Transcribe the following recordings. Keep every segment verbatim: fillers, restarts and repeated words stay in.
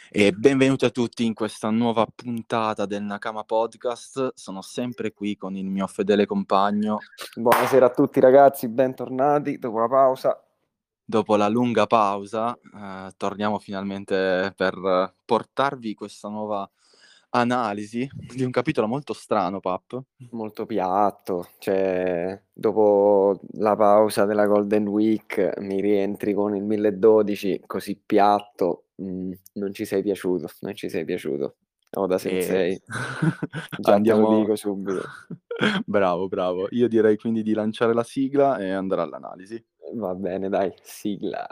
E benvenuti a tutti in questa nuova puntata del Nakama Podcast. Sono sempre qui con il mio fedele compagno. Buonasera a tutti ragazzi, bentornati dopo la pausa. Dopo la lunga pausa, eh, torniamo finalmente per portarvi questa nuova analisi di un capitolo molto strano, Pap. Molto piatto, cioè dopo la pausa della Golden Week mi rientri con il mille dodici così piatto, mm, non ci sei piaciuto, non ci sei piaciuto. Oda E Sensei, già te lo andiamo. dico subito. Bravo, bravo. Io direi quindi di lanciare la sigla e andare all'analisi. Va bene, dai, sigla.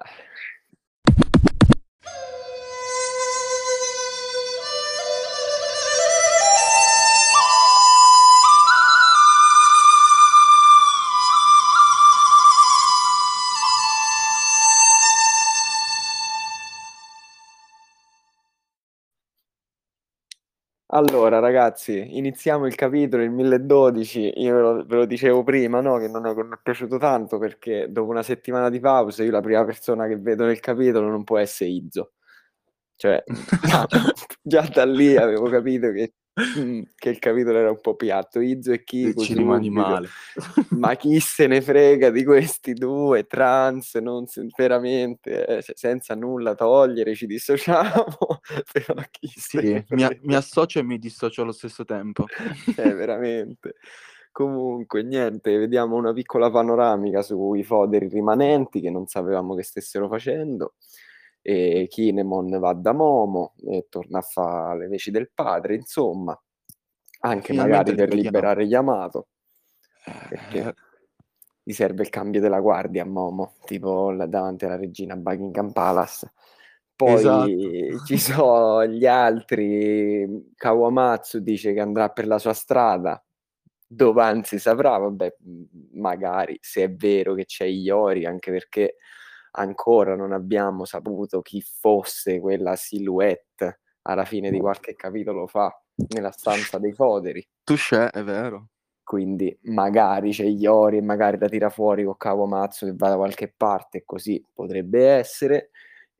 Allora, ragazzi, iniziamo il capitolo, il mille dodici. Io ve lo, ve lo dicevo prima, no? Che non è, non è piaciuto tanto perché dopo una settimana di pausa io la prima persona che vedo nel capitolo non può essere Izzo. Cioè, già, già da lì avevo capito che, mm, che il capitolo era un po' piatto. Izzo e Kiku Ci rimani subito. male. Ma chi se ne frega di questi due trans, non se- veramente, eh, se- senza nulla togliere, ci dissociamo, però chi se ne Sì, mi, a- mi frega. associo e mi dissocio allo stesso tempo. Cioè, veramente. Comunque, niente, vediamo una piccola panoramica sui foderi rimanenti che non sapevamo che stessero facendo. E Kinemon va da Momo e torna a fare le veci del padre, insomma, E anche finalmente magari per rivediamo. liberare Yamato, Eh, perché gli serve il cambio della guardia a Momo, tipo là davanti alla regina Buckingham Palace. esatto. Poi ci sono gli altri, Kawamatsu dice che andrà per la sua strada, dove anzi saprà, vabbè, magari se è vero che c'è Iori, anche perché ancora non abbiamo saputo chi fosse quella silhouette alla fine di qualche capitolo fa nella stanza dei foderi. Touché, è vero. Quindi magari c'è Iori e magari la tira fuori con Kawamatsu che va da qualche parte, così potrebbe essere.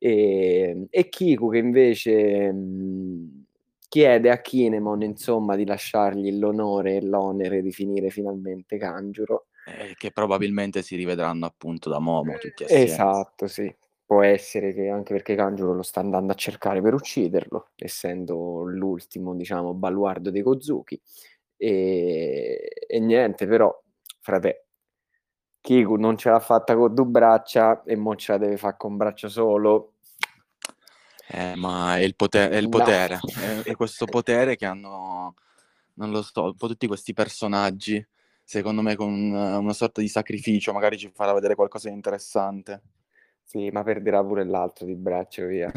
E, e Kiku che invece mh, chiede a Kinemon insomma di lasciargli l'onore e l'onere di finire finalmente Kanjuro. Eh, che probabilmente si rivedranno appunto da Momo tutti Eh, assieme. Esatto, sì. Può essere che anche perché Kanjuro lo sta andando a cercare per ucciderlo, essendo l'ultimo, diciamo, baluardo dei Kozuki. E, e niente, però, frate, Kiku non ce l'ha fatta con due braccia e mo ce la deve fare con un braccio solo. Eh, ma è il potere, è il No. potere. È, è questo potere che hanno, non lo so, un po' tutti questi personaggi, secondo me con una, una sorta di sacrificio, magari ci farà vedere qualcosa di interessante. Sì, ma perderà pure l'altro di braccio, via.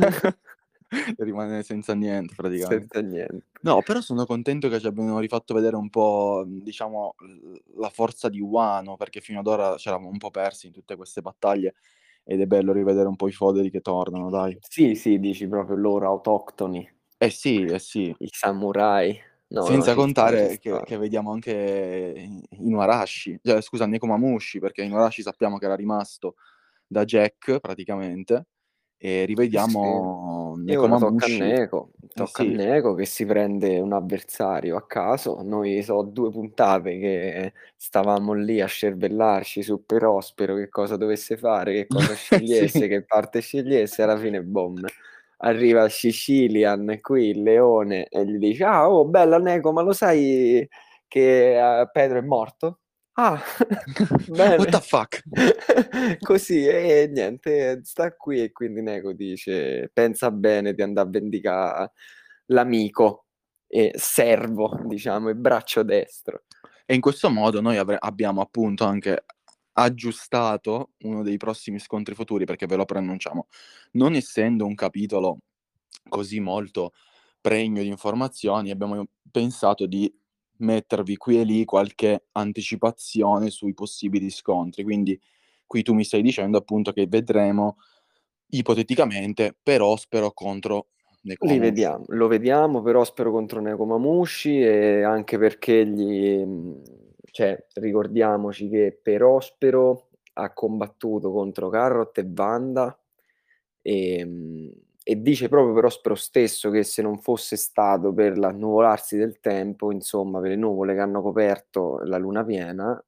Rimane senza niente praticamente. Senza niente. No, però sono contento che ci abbiano rifatto vedere un po', diciamo, l- la forza di Wano, perché fino ad ora c'eravamo un po' persi in tutte queste battaglie ed è bello rivedere un po' i foderi che tornano, dai. Sì, sì, dici proprio loro autoctoni, Eh sì, eh sì. i samurai. No, no, Senza ci sta, ci contare che, sta. che vediamo anche Inuarashi, cioè, scusa, Nekomamushi, perché Inuarashi sappiamo che era rimasto da Jack praticamente, e Sì, sì. rivediamo E ora tocca a Nekomamushi. Neko, Eh tocca a sì, Neko che si prende un avversario a caso. Noi so due puntate che stavamo lì a scervellarci su Perospero che cosa dovesse fare, che cosa sì, scegliesse, che parte scegliesse, alla fine boom. Arriva Sicilian qui, il leone, e gli dice: Ah, oh, bella Neko, ma lo sai che eh, Pedro è morto? Ah, what the bene. fuck? Così e niente, sta qui e quindi Neko dice: Pensa bene di andare a vendicare l'amico e servo, diciamo, il braccio destro. E in questo modo noi avre- abbiamo appunto anche aggiustato uno dei prossimi scontri futuri, perché ve lo preannunciamo, non essendo un capitolo così molto pregno di informazioni, abbiamo pensato di mettervi qui e lì qualche anticipazione sui possibili scontri. Quindi qui tu mi stai dicendo appunto che vedremo ipoteticamente Perospero contro Li Nekomamushi. vediamo, lo vediamo, però spero contro Nekomamushi e anche perché gli, mh, cioè, ricordiamoci che Perospero ha combattuto contro Carrot e Wanda e, mh, e dice proprio Prospero stesso che se non fosse stato per l'annuvolarsi del tempo, insomma, per le nuvole che hanno coperto la luna piena,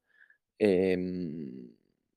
ehm,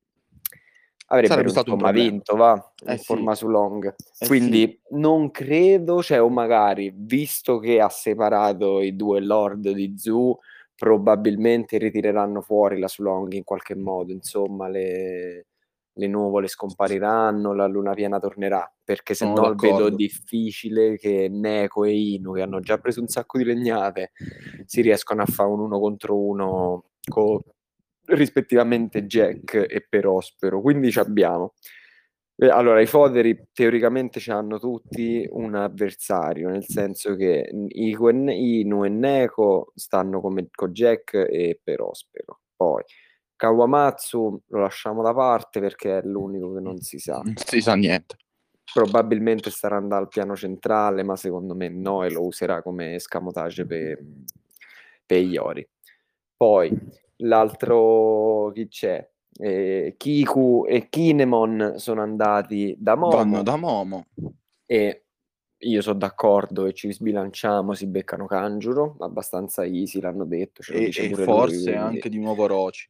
avrebbero Sarebbe stato un insomma problema. vinto, va, Eh in sì, forma su long. eh sì. Quindi non credo, cioè o magari, visto che ha separato i due lord di Zoo, probabilmente ritireranno fuori la Sulong in qualche modo, insomma le, le nuvole scompariranno, la luna piena tornerà, perché se Sono no vedo d'accordo. difficile che Neko e Inu, che hanno già preso un sacco di legnate, si riescono a fare un uno contro uno con rispettivamente Jack e Perospero. Quindi ci abbiamo. Eh, Allora, i foderi teoricamente ci hanno tutti un avversario, nel senso che Iku e Ne- Inu e Neko stanno come con Jack e Perospero. Poi Kawamatsu lo lasciamo da parte perché è l'unico che non si sa. Non si sa niente. Probabilmente starà andando al piano centrale, ma secondo me no, e lo userà come escamotage per, per Iori. Poi l'altro chi c'è? Eh, Kiku e Kinemon sono andati da Vanno Momo da Momo. e io sono d'accordo e ci sbilanciamo, si beccano Kanjuro, abbastanza easy, l'hanno detto, ce lo E, dice e pure lui, forse quindi. anche di nuovo Orochi.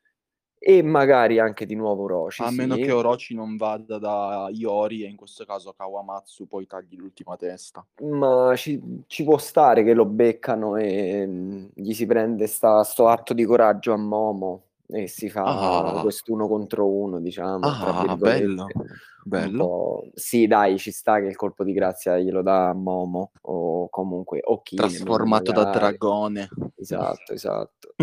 E magari anche di nuovo Orochi, A meno che sì. Orochi non vada da Iori e in questo caso Kawamatsu poi tagli l'ultima testa. Ma ci, ci può stare che lo beccano e mm, gli si prende sta, sto atto di coraggio a Momo e si fa Ah, quest'uno contro uno, diciamo, tra ah, bello, virgolette. Un bello. po'. Sì, dai, ci sta che il colpo di grazia glielo dà a Momo o comunque o Kinemon Trasformato da magari. dragone. Esatto, esatto.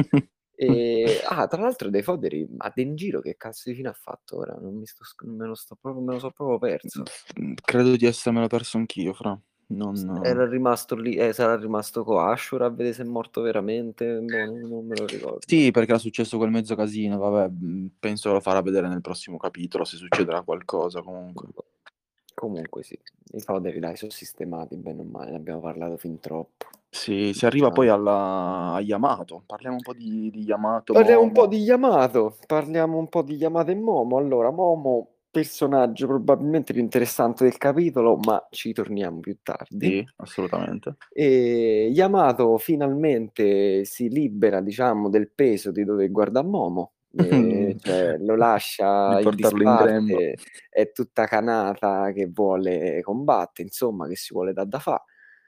E, ah, tra l'altro dei foderi, ma Denjiro che cazzo di fine ha fatto ora? Non mi sto, sc- me lo sto proprio, me lo so proprio perso. Credo di essermelo perso anch'io, fra. Non... Era rimasto lì, eh, sarà rimasto con Ashura a vedere se è morto veramente. Boh, non, non me lo ricordo. Sì, perché era successo quel mezzo casino, vabbè, mh, penso lo farà vedere nel prossimo capitolo se succederà qualcosa comunque. Boh. Comunque sì, i foderi dai sono sistemati bene o male, ne abbiamo parlato fin troppo. Sì, si arriva poi Diciamo. alla... a Yamato. Parliamo un po' di, di Yamato, Parliamo un po' Momo. di Yamato, parliamo un po' di Yamato e Momo. Allora, Momo, personaggio probabilmente più interessante del capitolo, ma ci torniamo più tardi. Sì, assolutamente. E Yamato finalmente si libera, diciamo, del peso di dover guardare Momo, e cioè lo Di lascia in portarlo in grembo. disparte, è tutta Kanata che vuole combattere, insomma, che si vuole dare da fa.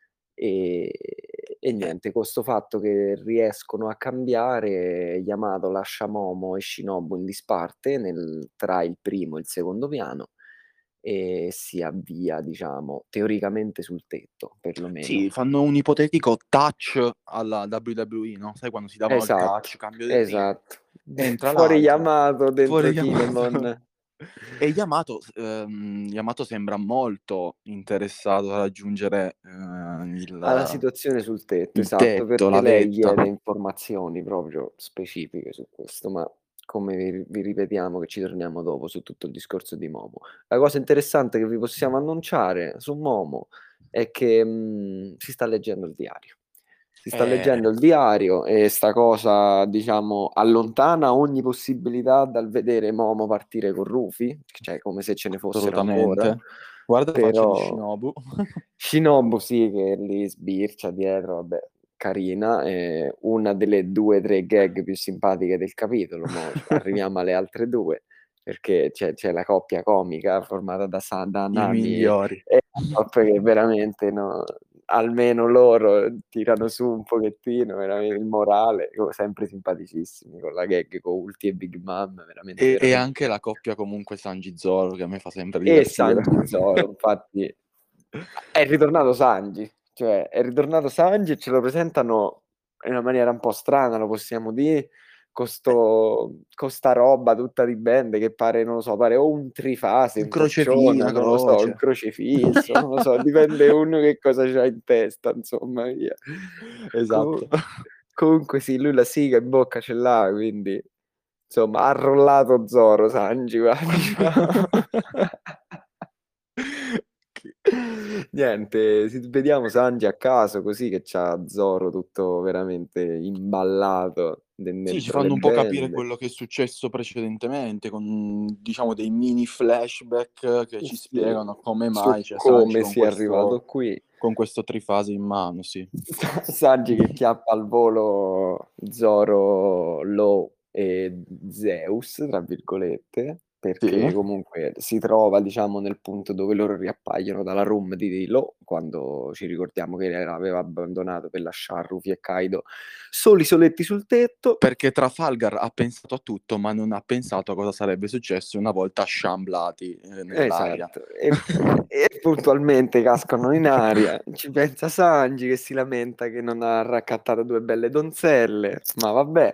E, e niente, questo fatto che riescono a cambiare, Yamato lascia Momo e Shinobu in disparte nel- tra il primo e il secondo piano e si avvia, diciamo, teoricamente sul tetto, perlomeno. Sì, fanno un ipotetico touch alla W W E, no? Sai quando si davano il Esatto, touch, cambio del ring, esatto. entra Fuori l'altro, Yamato, fuori dentro Yamato. Kinemon. E Yamato, ehm, Yamato sembra molto interessato a raggiungere eh, Ha il, situazione sul tetto, il esatto, tetto, perché la lei vetta. chiede informazioni proprio specifiche su questo, ma come vi, vi ripetiamo che ci torniamo dopo su tutto il discorso di Momo. La cosa interessante che vi possiamo annunciare su Momo è che mh, si sta leggendo il diario. Si sta Eh, leggendo il diario e sta cosa, diciamo, allontana ogni possibilità dal vedere Momo partire con Rufy, cioè come se ce ne fossero ancora, assolutamente. Guarda la faccia di però Shinobu. Shinobu sì che lì sbircia dietro, vabbè, carina, eh, una delle due o tre gag più simpatiche del capitolo, mo arriviamo alle altre due, perché c'è, c'è la coppia comica formata da, Sa- da I Nami migliori. e Usopp che veramente no, almeno loro tirano su un pochettino veramente il morale, co- sempre simpaticissimi con la gag con Ulti e Big Mom, veramente E, e veramente. anche la coppia comunque Sanji Zoro che a me fa sempre E divertire. Sanji Zoro, infatti è ritornato Sanji, cioè è ritornato Sanji e ce lo presentano in una maniera un po' strana, lo possiamo dire, con sto- con sta roba tutta di band che pare, non lo so, pare o un trifase, Un un crocefisso, coccione, una non lo so, un croce. crocifisso, non lo so, dipende uno che cosa c'ha in testa, insomma, via. Com- Esatto. Comunque sì, lui la siga in bocca ce l'ha, quindi insomma ha rollato Zoro Sanji, va, diciamo. Niente, si vediamo Sanji a caso così che c'ha Zoro tutto veramente imballato in Sì, ci mezzo alle fanno un po' capire bende. quello che è successo precedentemente con, diciamo, dei mini flashback che ci Sì, spiegano come su mai c'è Sanji come con sia arrivato questo qui. con questo trifase in mano, sì. Sanji che chiappa al volo Zoro, Law e Zeus, tra virgolette, Sì. perché comunque si trova, diciamo, nel punto dove loro riappaiono dalla room di Law, quando ci ricordiamo che era aveva abbandonato per lasciar Rufy e Kaido soli soletti sul tetto. Perché Trafalgar ha pensato a tutto, ma non ha pensato a cosa sarebbe successo una volta sciamblati, ehm, nell'aria. Esatto, e e puntualmente cascano in aria. Ci pensa Sanji che si lamenta che non ha raccattato due belle donzelle, ma vabbè.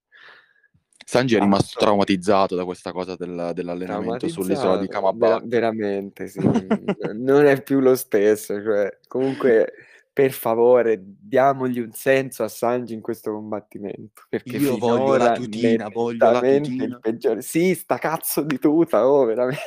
Sanji è rimasto Basta. traumatizzato da questa cosa del dell'allenamento sull'isola di Traumatizzato, vera Kamabak. veramente sì, non non è più lo stesso, cioè comunque per favore diamogli un senso a Sanji in questo combattimento, perché Io voglio la finora tutina, voglio la nettamente il tutina. peggiore. Sì, 'sta cazzo di tuta, oh veramente,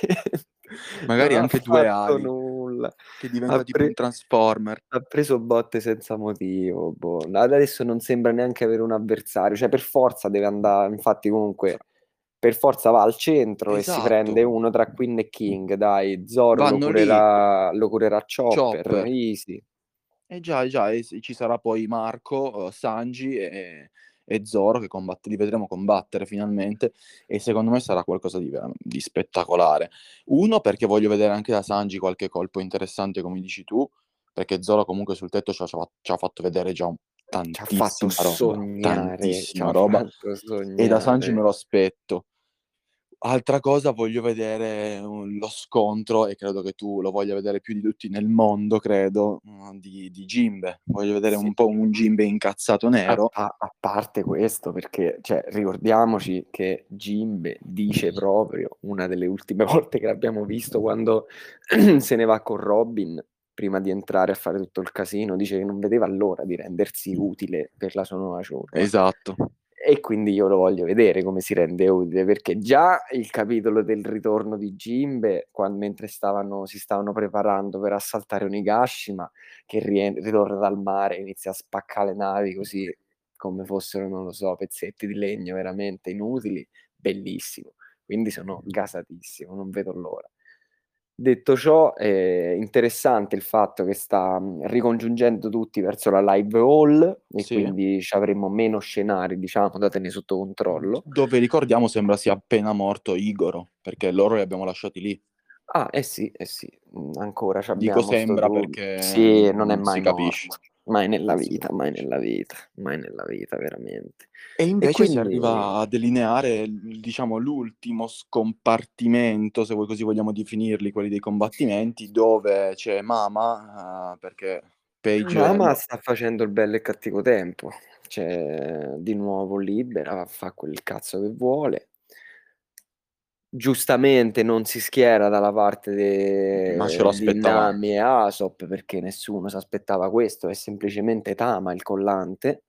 non Magari ha anche due fatto ali, nulla. che Ha diventa tipo un pre transformer. ha preso botte senza motivo, boh. Adesso non sembra neanche avere un avversario, cioè per forza deve anda infatti Fra comunque per forza va al centro e si esatto. prende uno tra Queen e King, dai. Zoro lo Vanno lì. curerà lo curerà Chopper, Chopper. easy. Eh già, eh già, e s ci sarà poi Marco, uhm, Sanji e e Zoro che combatte li vedremo combattere finalmente e secondo me sarà qualcosa di vera di spettacolare. Uno, perché voglio vedere anche da Sanji qualche colpo interessante come dici tu, perché Zoro comunque sul tetto c'ha c'ha c'ha fatto vedere già un C'ha fatto tantissima roba, sognare, tantissima c'ha roba fatto e da Sanji me sognare. lo aspetto. Altra cosa, voglio vedere un lo scontro, e credo che tu lo voglia vedere più di tutti nel mondo, credo, uhm, di di Jinbe. Voglio vedere Sì. un po' un Jinbe incazzato A nero. pa a parte questo, perché cioè ricordiamoci che Jinbe dice proprio, una delle ultime volte che l'abbiamo visto quando se ne va con Robin, prima di entrare a fare tutto il casino, dice che non vedeva l'ora di rendersi utile per la sua nuova ciurma. Esatto. E quindi io lo voglio vedere come si rende utile, perché già il capitolo del ritorno di Jinbe, quan mentre stavano si stavano preparando per assaltare Onigashima, che rien ritorna dal mare e inizia a spaccà le navi così come fossero, non lo so, pezzetti di legno veramente inutili, bellissimo. Quindi sono gasatissimo, non vedo l'ora. Detto ciò, è interessante il fatto che sta, mhmm, ricongiungendo tutti verso la live hall e Sì. quindi c'avremo meno scenari, diciamo, da tenere sotto D controllo. dove ricordiamo sembra sia appena morto Igoro, perché loro li abbiamo lasciati lì. Ah, eh sì, eh sì, mhmm, ancora Dico c'abbiamo 'sto sembra dub perché sì, non è non mai si capisce. morto. Mai nella Non si vita, mai capisce. nella vita, mai nella vita, veramente. E E invece si quindi arriva a delineare l diciamo l'ultimo scompartimento, se vuoi così vogliamo definirli, quelli dei combattimenti, dove c'è Mama, uhm, perché Page Mama lo sta facendo il bello e il cattivo tempo, cioè di nuovo libera, fa quel cazzo che vuole. Giustamente non si schiera dalla parte ma ce de lo di aspettavamo. Nami e Usopp, perché nessuno s'aspettava questo, è semplicemente Tama il collante.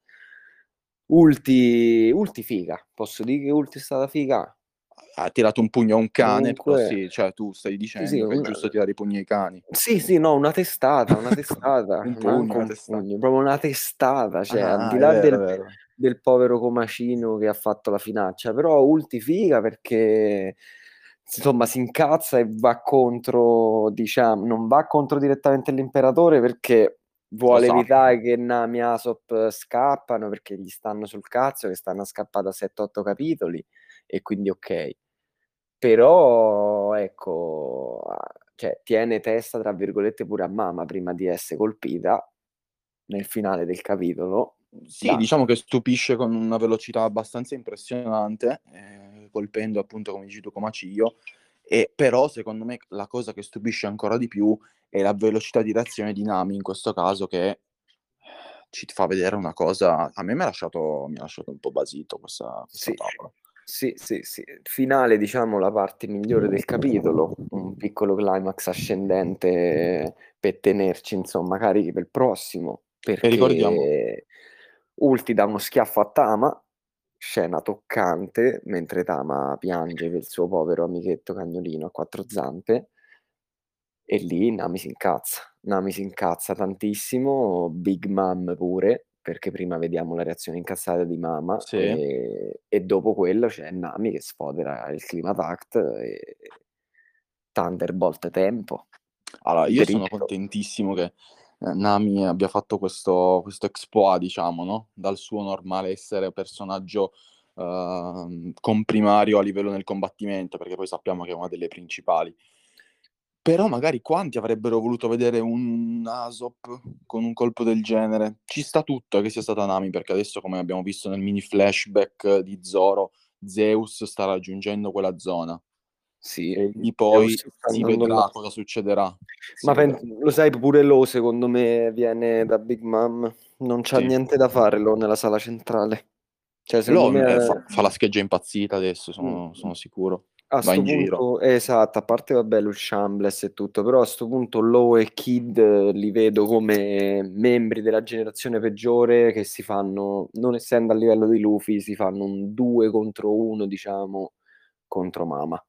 Ulti Ulti figa, posso dì che Ulti è stata figa? Ha tirato un pugno a un cane, però Comunque sì, cioè tu stai sì, sì, dicendo che è una giusto tirare i pugni ai cani. sì, sì, no, una testata, una testata, Un manco pugno, una un testa pugno, proprio una testata, cioè al ah, di ah, è là vero, è del vero. del povero comacino che ha fatto la finaccia, però Ulti figa perché insomma si incazza e va contro diciam non va contro direttamente l'imperatore perché Lo vuole sa. evitare che Nami e Usopp scappano, perché gli stanno sul cazzo, che stanno a scappà da sette, otto capitoli e quindi okay. Però ecco, a cioè tiene "testa" tra virgolette pure a Mama prima di esse colpita nel finale del capitolo Sì, da diciamo che stupisce con una velocità abbastanza impressionante, ehm, colpendo appunto, come dici tu, Comacillo, e però secondo me la cosa che stupisce ancora di più è la velocità di reazione di Nami in questo caso che ci t fa vedere una cosa a me m'ha lasciato mi ha lasciato un po' basito questa questa sì, favola. sì, sì, sì. Finale diciamo la parte migliore del capitolo, un piccolo climax ascendente per tenerci insomma carichi per il prossimo, E ricordiamo perché Ulti dà uno schiaffo a Tama, scena toccante, mentre Tama piange per il suo povero amichetto cagnolino a quattro zampe e lì Nami si incazza. Nami si incazza tantissimo, Big Mom pure, perché prima vediamo la reazione incazzata di Mama Sì. e, e dopo quello c'è Nami che sfodera il Climax Act e Thunderbolt tempo, Allora, io sono dritto. contentissimo che, ehm, Nami abbia fatto questo questo exploit, diciamo, no, dal suo normale essere personaggio, uhm, comprimario a livello nel combattimento, perché poi sappiamo che è una delle principali. Però magari quanti avrebbero voluto vedere un Usopp con un colpo del genere? Ci sta tutto che sia stata Nami, perché adesso, come abbiamo visto nel mini flashback di Zoro, Zeus sta raggiungendo quella zona. Sì, E lì Zeus poi sta si andando là. vedrà cosa succederà. Si Ma pen- vedrà. lo sai, pure Lo secondo me viene da Big Mom. Non c'ha Sì. niente da fare Lo nella sala centrale. Cioè, secondo Lo, me ehm, fa fa la eh, scheggia impazzita adesso, mm, sono sono sicuro. a Va sto in giro. punto, esatto, a parte vabbè lo Shambles e tutto, però a sto punto Lo e Kid eh, li vedo come membri della generazione peggiore che si fanno, non essendo a livello di Luffy, si fanno un due contro uno, diciamo, contro Mama.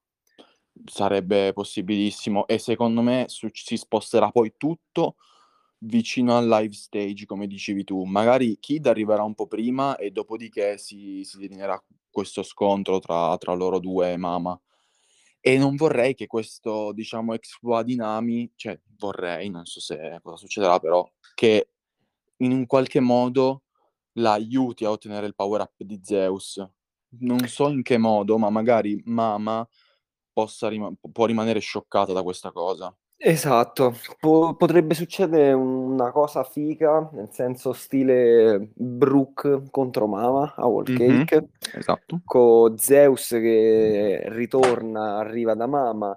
Sarebbe possibilissimo e secondo me su si sposterà poi tutto vicino al live stage, come dicevi tu. Magari Kid arriverà un po' prima e dopodiché si si delineerà questo scontro tra tra loro due e Mama. E non vorrei che questo, diciamo, exploit di Nami, cioè vorrei, non so se cosa succederà, però che in un qualche modo la aiuti a ottenere il power up di Zeus. Non so in che modo, ma magari Mama possa rima può rimanere scioccata da questa cosa. Esatto, po- potrebbe succedere una cosa figa, nel senso stile Brook contro Mama a Whole Mh-mh. Cake, Esatto. con Zeus che ritorna, arriva da Mama,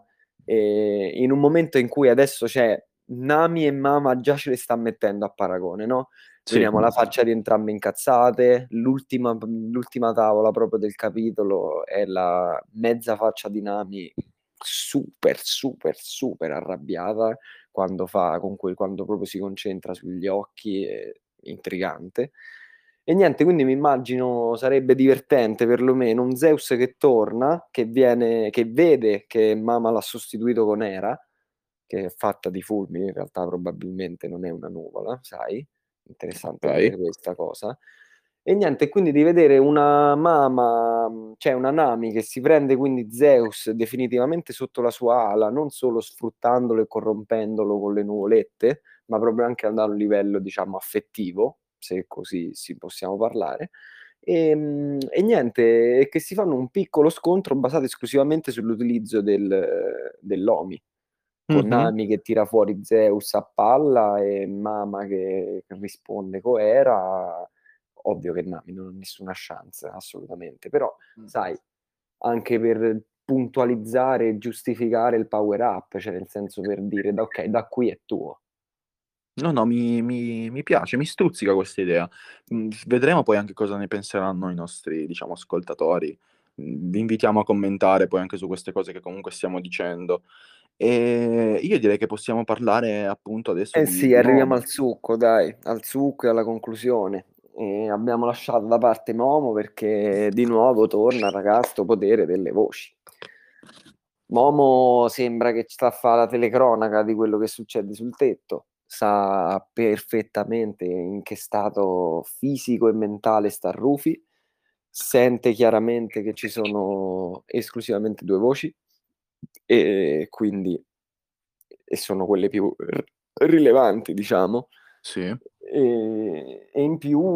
e in un momento in cui adesso c'è Nami e Mama già ce le sta mettendo a paragone, no? Sì, Vediamo la faccia di entrambe incazzate, l'ultima l'ultima tavola proprio del capitolo è la mezza faccia di Nami super, super, super arrabbiata quando fa con quel quando proprio si concentra sugli occhi, è intrigante. E niente, quindi mi immagino sarebbe divertente perlomeno un Zeus che torna, che viene che vede che Mama l'ha sostituito con Hera, che è fatta di fulmini, in realtà probabilmente non è una nuvola, sai? Interessante okay. vedere questa cosa. E niente, quindi di vedere una Mama, mhmm, cioè una Nami che si prende quindi Zeus definitivamente sotto la sua ala, non solo sfruttandolo e corrompendolo con le nuvolette, ma proprio anche da un livello, diciamo, affettivo, se così si possiamo parlare. Ehm, e niente, e che si fanno un piccolo scontro basato esclusivamente sull'utilizzo del dell'Omi, con Mh-mh. Nami che tira fuori Zeus a palla e Mama che che risponde co' Hera. Ovvio che Nami non ha nessuna chance, assolutamente, però Mh. sai, anche per puntualizzare e giustificare il power up, cioè nel senso per dire: "Da okay, da qui è tuo". No, no, mi mi mi piace, mi stuzzica questa idea. Mhmm, s vedremo poi anche cosa ne penseranno i nostri, diciamo, ascoltatori. Mhmm, vi invitiamo a commentare poi anche su queste cose che comunque stiamo dicendo. Ehm, io direi che possiamo parlare appunto adesso Eh di sì, di arriviamo Momo. al succo dai, al succo e alla conclusione. Ehm, abbiamo lasciato da parte Momo perché di nuovo torna, raga, 'sto potere delle voci. Momo sembra che sta a fa la telecronaca di quello che succede sul tetto, sa perfettamente in che stato fisico e mentale sta Rufy, sente chiaramente che ci sono esclusivamente due voci e quindi e sono quelle più r rilevanti, diciamo. Sì. Ehm, e in più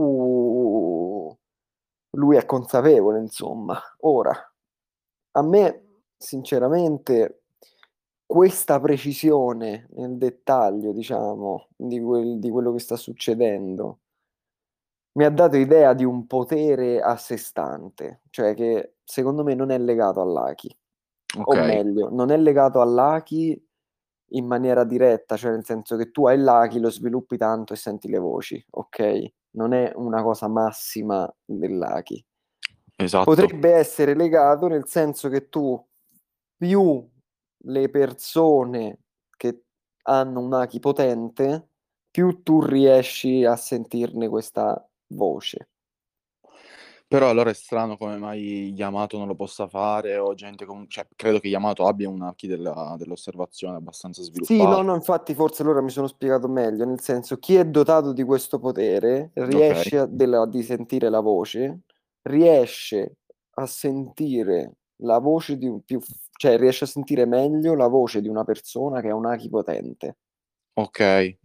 lui è consapevole insomma. Ora, a me sinceramente questa precisione nel dettaglio, diciamo, di quel di quello che sta succedendo, mi ha dato idea di un potere a sé stante, cioè che secondo me non è legato all'Haki. O Okay, meglio, non è legato all'Haki in maniera diretta, cioè nel senso che tu hai l'Haki, lo sviluppi tanto e senti le voci, okay, non è una cosa massima dell'Haki. esatto. Potrebbe essere legato nel senso che tu più le persone che hanno un Haki potente, più tu riesci a sentirne questa voce. Però allora è strano come mai Yamato non lo possa fare, o gente comunque... Cioè, credo che Yamato abbia un haki della- dell'osservazione abbastanza Sì, no, sviluppato. no, infatti forse allora mi sono spiegato meglio, nel senso chi è dotato di questo potere Ok, riesce a, della- di sentire la voce, riesce a sentire la voce di un più, cioè riesce a sentire meglio la voce di una persona che ha un haki potente, ok.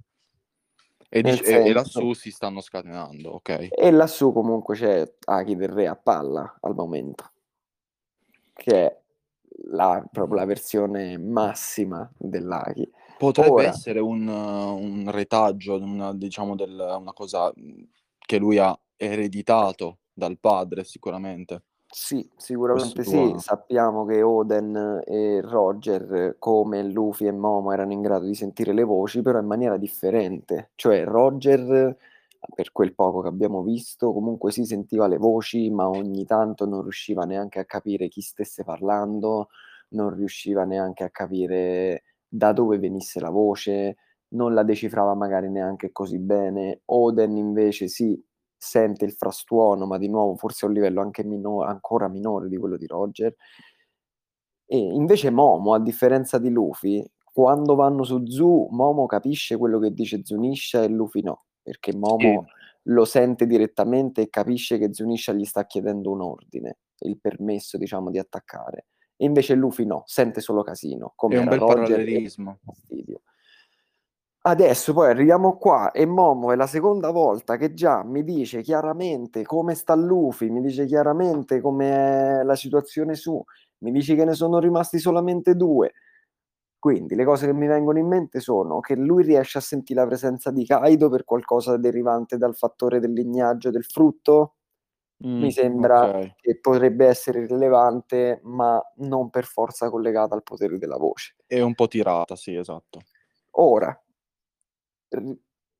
E, nel dic- e- e senso, lassù si stanno scatenando, ok. e lassù comunque c'è haki del re a palla al momento, che è la, proprio la versione massima dell'haki. Potrebbe Ora, essere un, un retaggio, una, diciamo, del- una cosa mh, che lui ha ereditato dal padre, sicuramente. sì, Questo sicuramente sì, suo... sappiamo che Oden e Roger, come Luffy e Momo, erano in grado di sentire le voci, però in maniera differente. Cioè Roger, per quel poco che abbiamo visto, comunque si sentiva le voci, ma ogni tanto non riusciva neanche a capire chi stesse parlando, non riusciva neanche a capire da dove venisse la voce, non la decifrava magari neanche così bene. Oden invece sì, sente il frastuono, ma di nuovo forse a un livello anche mino- ancora minore di quello di Roger. E invece Momo, a differenza di Luffy, quando vanno su Zu, Momo capisce quello che dice Zunisha e Luffy no, perché Momo Sì, lo sente direttamente e capisce che Zunisha gli sta chiedendo un ordine, il permesso, diciamo, di attaccare. E invece Luffy no, sente solo casino, è come un era bel Roger e parallelismo. fastidio. Adesso poi arriviamo qua e Momo è la seconda volta che già mi dice chiaramente come sta Luffy, mi dice chiaramente com'è la situazione su, mi dice che ne sono rimasti solamente due. Quindi le cose che mi vengono in mente sono che lui riesce a sentire la presenza di Kaido per qualcosa derivante dal fattore del lignaggio del frutto. Mi Mm, ok. sembra che potrebbe essere rilevante, ma non per forza collegata al potere della voce. È un po' tirata, sì, esatto. Ora, r-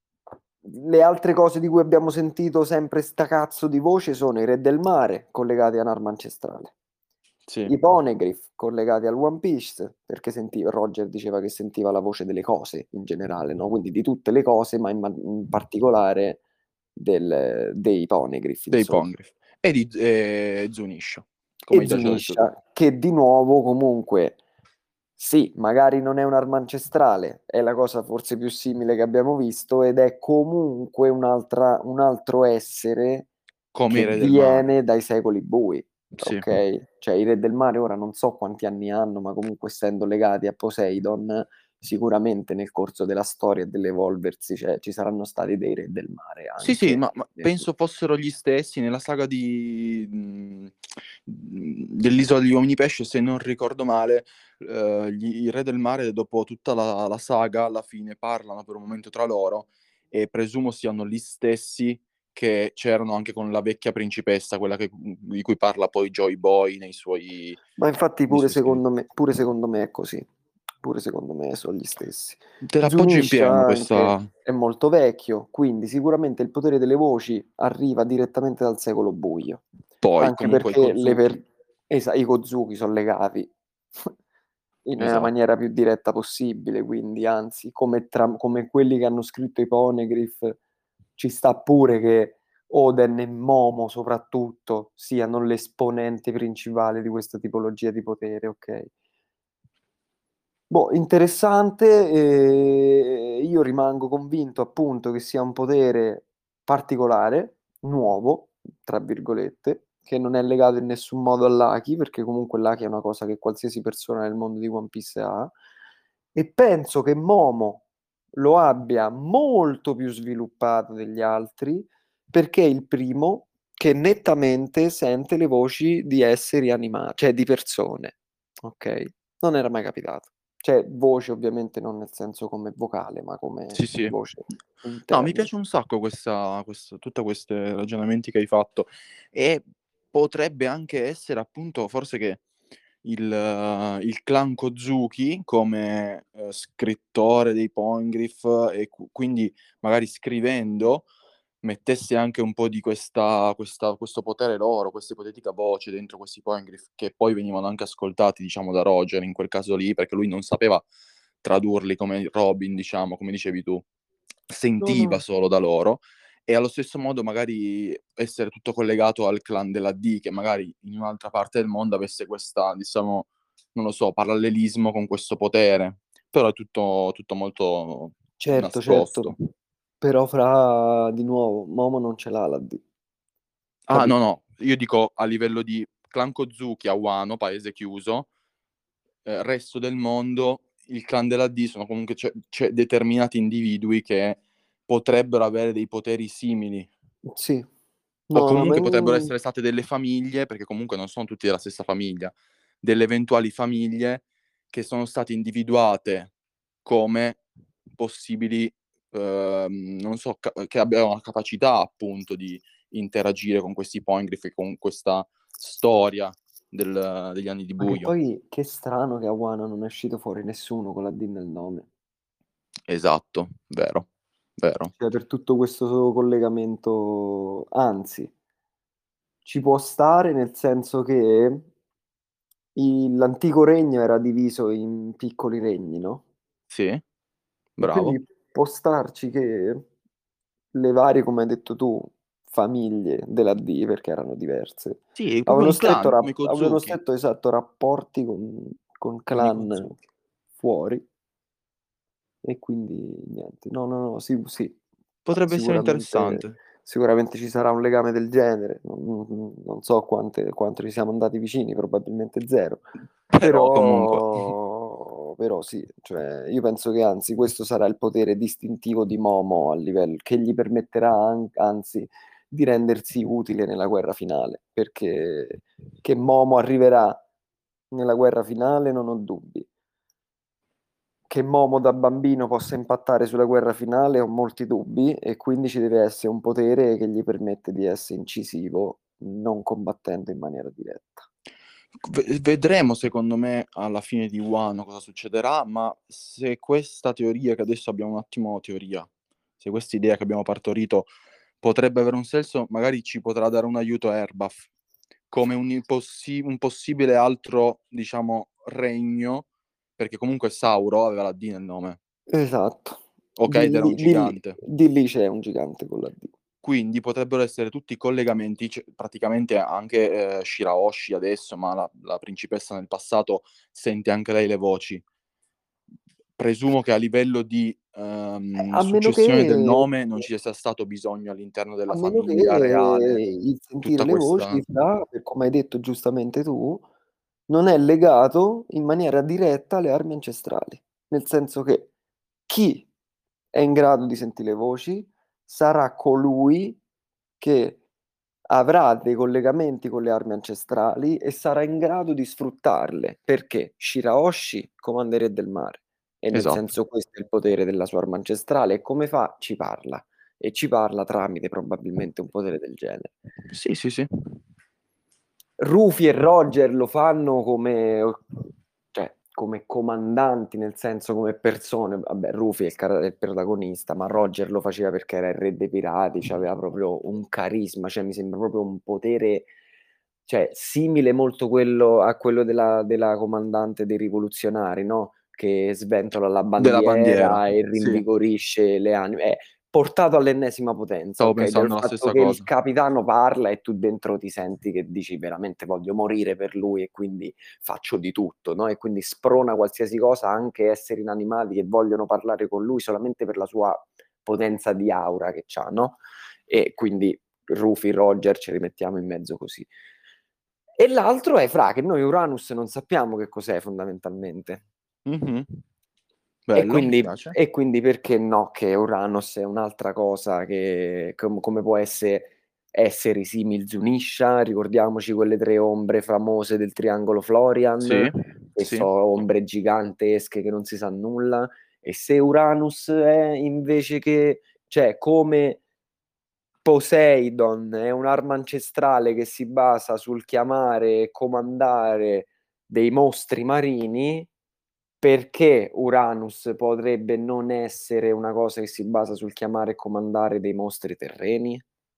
le altre cose di cui abbiamo sentito sempre sta cazzo di voce sono i Re del Mare collegati a un'arma ancestrale, Sì. i Poneglyph collegati al One Piece, perché sentiva, Roger diceva che sentiva la voce delle cose in generale, no? Quindi di tutte le cose, ma in, ma- in particolare del- dei Poneglyph, Dei insomma. Pongrif. E di e Zunisha, come E hai già detto tu. Zunisha, che di nuovo comunque, sì, magari non è un'arma ancestrale, è la cosa forse più simile che abbiamo visto ed è comunque un'altra, un altro essere Come i che Re del Mare. viene dai secoli bui, Sì. ok? Cioè i Re del Mare ora non so quanti anni hanno, ma comunque essendo legati a Poseidon, sicuramente nel corso della storia e dell'evolversi, cioè, ci saranno stati dei Re del Mare Sì, sì, anche. ma, ma penso fossero gli stessi nella saga di, mh, dell'Isola degli Uomini Pesce, se non ricordo male, eh, gli- i Re del Mare, dopo tutta la, la saga, alla fine parlano per un momento tra loro e presumo siano gli stessi che c'erano anche con la vecchia principessa, quella che- di cui parla poi Joy Boy nei suoi, Ma infatti nei pure suoi scritti. secondo me, pure secondo me è così. Pure secondo me sono gli stessi. Te l'appoggio in Zunisha pieno anche questa... è molto vecchio, quindi sicuramente il potere delle voci arriva direttamente dal secolo buio. Poi, Anche comunque, i perché le per... Kozuki, esa- i Kozuki sono legati in una esatto. maniera più diretta possibile, quindi anzi, come, tra- come quelli che hanno scritto i Poneglyph, ci sta pure che Oden e Momo soprattutto siano l'esponente principale di questa tipologia di potere, ok? Boh, interessante, e io rimango convinto appunto che sia un potere particolare, nuovo, tra virgolette, che non è legato in nessun modo all'Aki, perché comunque l'Aki è una cosa che qualsiasi persona nel mondo di One Piece ha, e penso che Momo lo abbia molto più sviluppato degli altri, perché è il primo che nettamente sente le voci di esseri animati, cioè di persone, ok? Non era mai capitato. Cioè, voce ovviamente non nel senso come vocale, ma come Sì, sì. voce No, mi interna. piace un sacco questa, questa, tutti questi ragionamenti che hai fatto e potrebbe anche essere appunto forse che il, eh, il clan Kozuki come eh, scrittore dei Poneglyph e cu- quindi magari scrivendo mettesse anche un po' di questa, questa- questo potere loro, questa ipotetica voce dentro questi Poneglyph che poi venivano anche ascoltati, diciamo, da Roger in quel caso lì, perché lui non sapeva tradurli come Robin, diciamo, come dicevi tu, No, sentiva no. solo da loro e allo stesso modo magari essere tutto collegato al clan della D, che magari in un'altra parte del mondo avesse questa, diciamo, non lo so, parallelismo con questo potere, però è tutto tutto molto Certo, certo. nascosto. Però fra di nuovo, Momo non ce l'ha la D. Ah, no, Capì? no, io dico a livello di clan Kozuki a Wano, paese chiuso, ehm, resto del mondo, il clan della D sono comunque c'è c'è determinati individui che potrebbero avere dei poteri simili. Sì. O No, no, ma comunque potrebbero in essere state delle famiglie, perché comunque non son tutti della stessa famiglia, delle eventuali famiglie che sono state individuate come possibili, uhm, non so, ca che abbiano la capacità appunto di interagire con questi Poneglyph e con questa storia del degli anni di Ma che buio. poi che strano che a Wano non è uscito fuori nessuno con la D nel nome. Esatto, vero, vero. Cioè per tutto questo collegamento anzi ci può stare nel senso che il l'antico regno era diviso in piccoli regni, no, Sì, e bravo. quindi può starci che le varie, come hai detto tu, famiglie della D, perché erano diverse, Sì, è proprio avevano un stretto clan come i rap avevano Kozuki, stretto, esatto, rapporti con con con i clan Kozuki. fuori e quindi niente. No, no, no, sì, sì, ma Potrebbe essere sicuramente interessante. sicuramente ci sarà un legame del genere. Non non non so quante quanto ci siamo andati vicini, probabilmente zero. Però comunque Però però sì, cioè io penso che anzi questo sarà il potere distintivo di Momo a livell che gli permetterà an anzi di rendersi utile nella guerra finale, perché che Momo arriverà nella guerra finale non ho dubbi. Che Momo da bambino possa impattare sulla guerra finale ho molti dubbi e quindi ci deve essere un potere che gli permette di esse incisivo, non combattendo in maniera diretta. V vedremo secondo me alla fine di Wano cosa succederà, ma se questa teoria che adesso abbiamo un attimo teoria, se quest'idea che abbiamo partorito potrebbe avere un senso, magari ci potrà dare un aiuto Elbaf, come un impossi un possibile altro, diciamo, regno, perché comunque Sauro aveva la D nel nome, Esatto. okay, Di ed era un lì di lì gigante. di lì c'è un gigante con la D. Quindi potrebbero essere tutti collegamenti, c praticamente anche, ehm, Shirahoshi adesso, ma la la principessa nel passato sente anche lei le voci. Presumo che a livello di, Eh, uhm, a meno successione del che nome non ci sia stato bisogno all'interno a della meno che famiglia reale, il sentire tutta le voci questa fra, per come hai detto giustamente tu, non è legato in maniera diretta alle armi ancestrali. Nel senso che chi è in grado di sentì le voci sarà colui che avrà dei collegamenti con le armi ancestrali e sarà in grado di sfruttarle, perché Shirahoshi comanda i re del mare e nel esatto. senso questo è il potere della sua arma ancestrale e come fa? Ci parla e ci parla tramite probabilmente un potere del genere. Sì, sì, sì. Rufy e Roger lo fanno come o cioè come comandanti, nel senso come persone, vabbè Rufy è il cara è il protagonista, ma Roger lo faceva perché era il re dei pirati, c'aveva proprio un carisma, cioè mi sembra proprio un potere, cioè simile molto quello a quello della della comandante dei rivoluzionari, no, che sventola la Della bandiera, bandiera e sì. rinvigorisce le anime. Eh, portato all'ennesima potenza, Stavo okay, del pensando la fatto stessa che il cosa. capitano parla e tu dentro ti senti che dici: "Veramente voglio morire per lui e quindi faccio di tutto", no, e quindi sprona qualsiasi cosa, anche esseri inanimati che vogliono parlare con lui solamente per la sua potenza di aura che c'ha, no, e quindi Rufy, Roger ce li mettiamo in mezzo così. E l'altro è Fra, che noi Uranus non sappiamo che cos'è fondamentalmente. Mh-mh. E Bello, mi quindi piace. e quindi perché no che Uranus è un'altra cosa che com come può esse esseri simil Zunisha, ricordiamoci quelle tre ombre famose del triangolo Sì, Florian, che sì. so ombre gigantesche che non si sa nulla, e se Uranus è invece che cioè come Poseidon è un'arma ancestrale che si basa sul chiamare e comandare dei mostri marini, perché Uranus potrebbe non essere una cosa che si basa sul chiamare e comandare dei mostri terreni?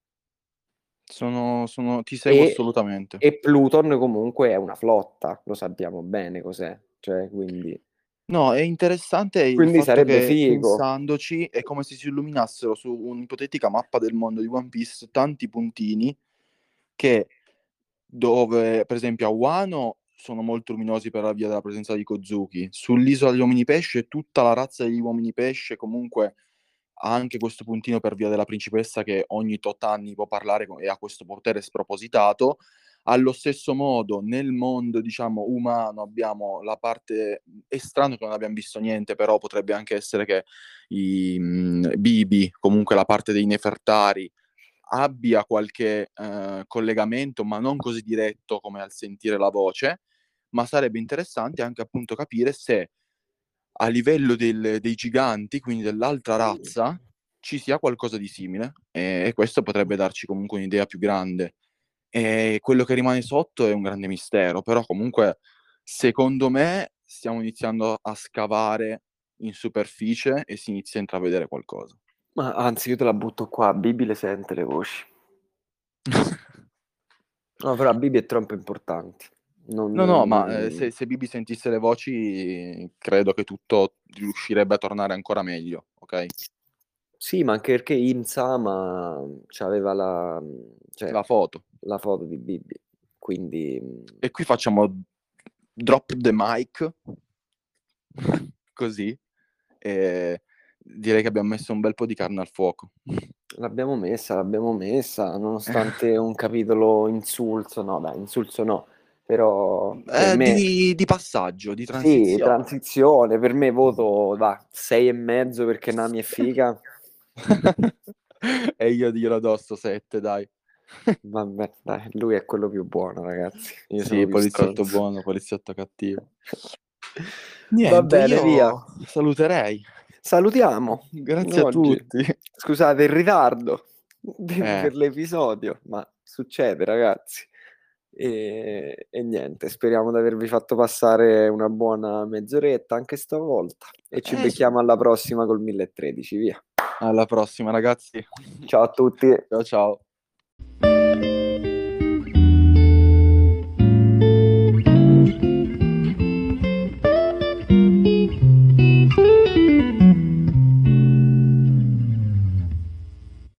Sono sono ti seguo E assolutamente. e Pluton comunque è una flotta, lo sappiamo bene cos'è, cioè quindi No, è interessante il Quindi fatto sarebbe che, figo. pensandoci, è come se si illuminassero su un'ipotetica mappa del mondo di One Piece tanti puntini che dove per esempio a Wano sono molto luminosi per la via della presenza di Kozuki. Sull'isola degli uomini pesce tutta la razza degli uomini pesce comunque ha anche questo puntino per via della principessa che ogni tot anni può parlare co e ha questo potere spropositato. Allo stesso modo nel mondo, diciamo, umano abbiamo la parte è strano che non abbiam visto niente, però potrebbe anche essere che i, mhmm, Bibi, comunque la parte dei Nefertari, abbia qualche, ehm, collegamento, ma non così diretto come al sentire la voce, ma sarebbe interessante anche appunto capire se a livello del dei giganti, quindi dell'altra razza, ci sia qualcosa di simile, e e questo potrebbe darci comunque un'idea più grande. E quello che rimane sotto è un grande mistero, però comunque secondo me stiamo iniziando a scavare in superficie e si inizia a intravedere qualcosa. Ma anzi, io te la butto qua, Bibi le sente le voci. No, però Bibi è troppo importante. Non... No, no, ma, ehm, se se Bibi sentisse le voci credo che tutto riuscirebbe a tornare ancora meglio, okay? Sì, ma anche perché Insama c'aveva la cioè La foto. la foto di Bibi, quindi E qui facciamo drop the mic così, e direi che abbiam messo un bel po' di carne al fuoco. L'abbiamo messa, l'abbiamo messa, nonostante un capitolo insulso, no dai, insulso no, però per Ehm, me di di passaggio, di sì, transizione. transizione, per me voto va, sei e mezzo perché Nami è figa. E io dirò addosso sette, dai. Vabbè, dai, lui è quello più buono, ragazzi. Io sono Sì, più poliziotto stronzo. buono, poliziotto cattivo. Va Niente, bene, via. io saluterei. Salutiamo Grazie a oggi. tutti. Scusate il ritardo Eh. per l'episodio, ma succede, ragazzi. E, e niente, speriamo di avervi fatto passare una buona mezz'oretta anche stavolta. E ci Eh sì. becchiamo alla prossima col mille e tredici, via. Alla prossima ragazzi. Ciao a tutti. Ciao, ciao.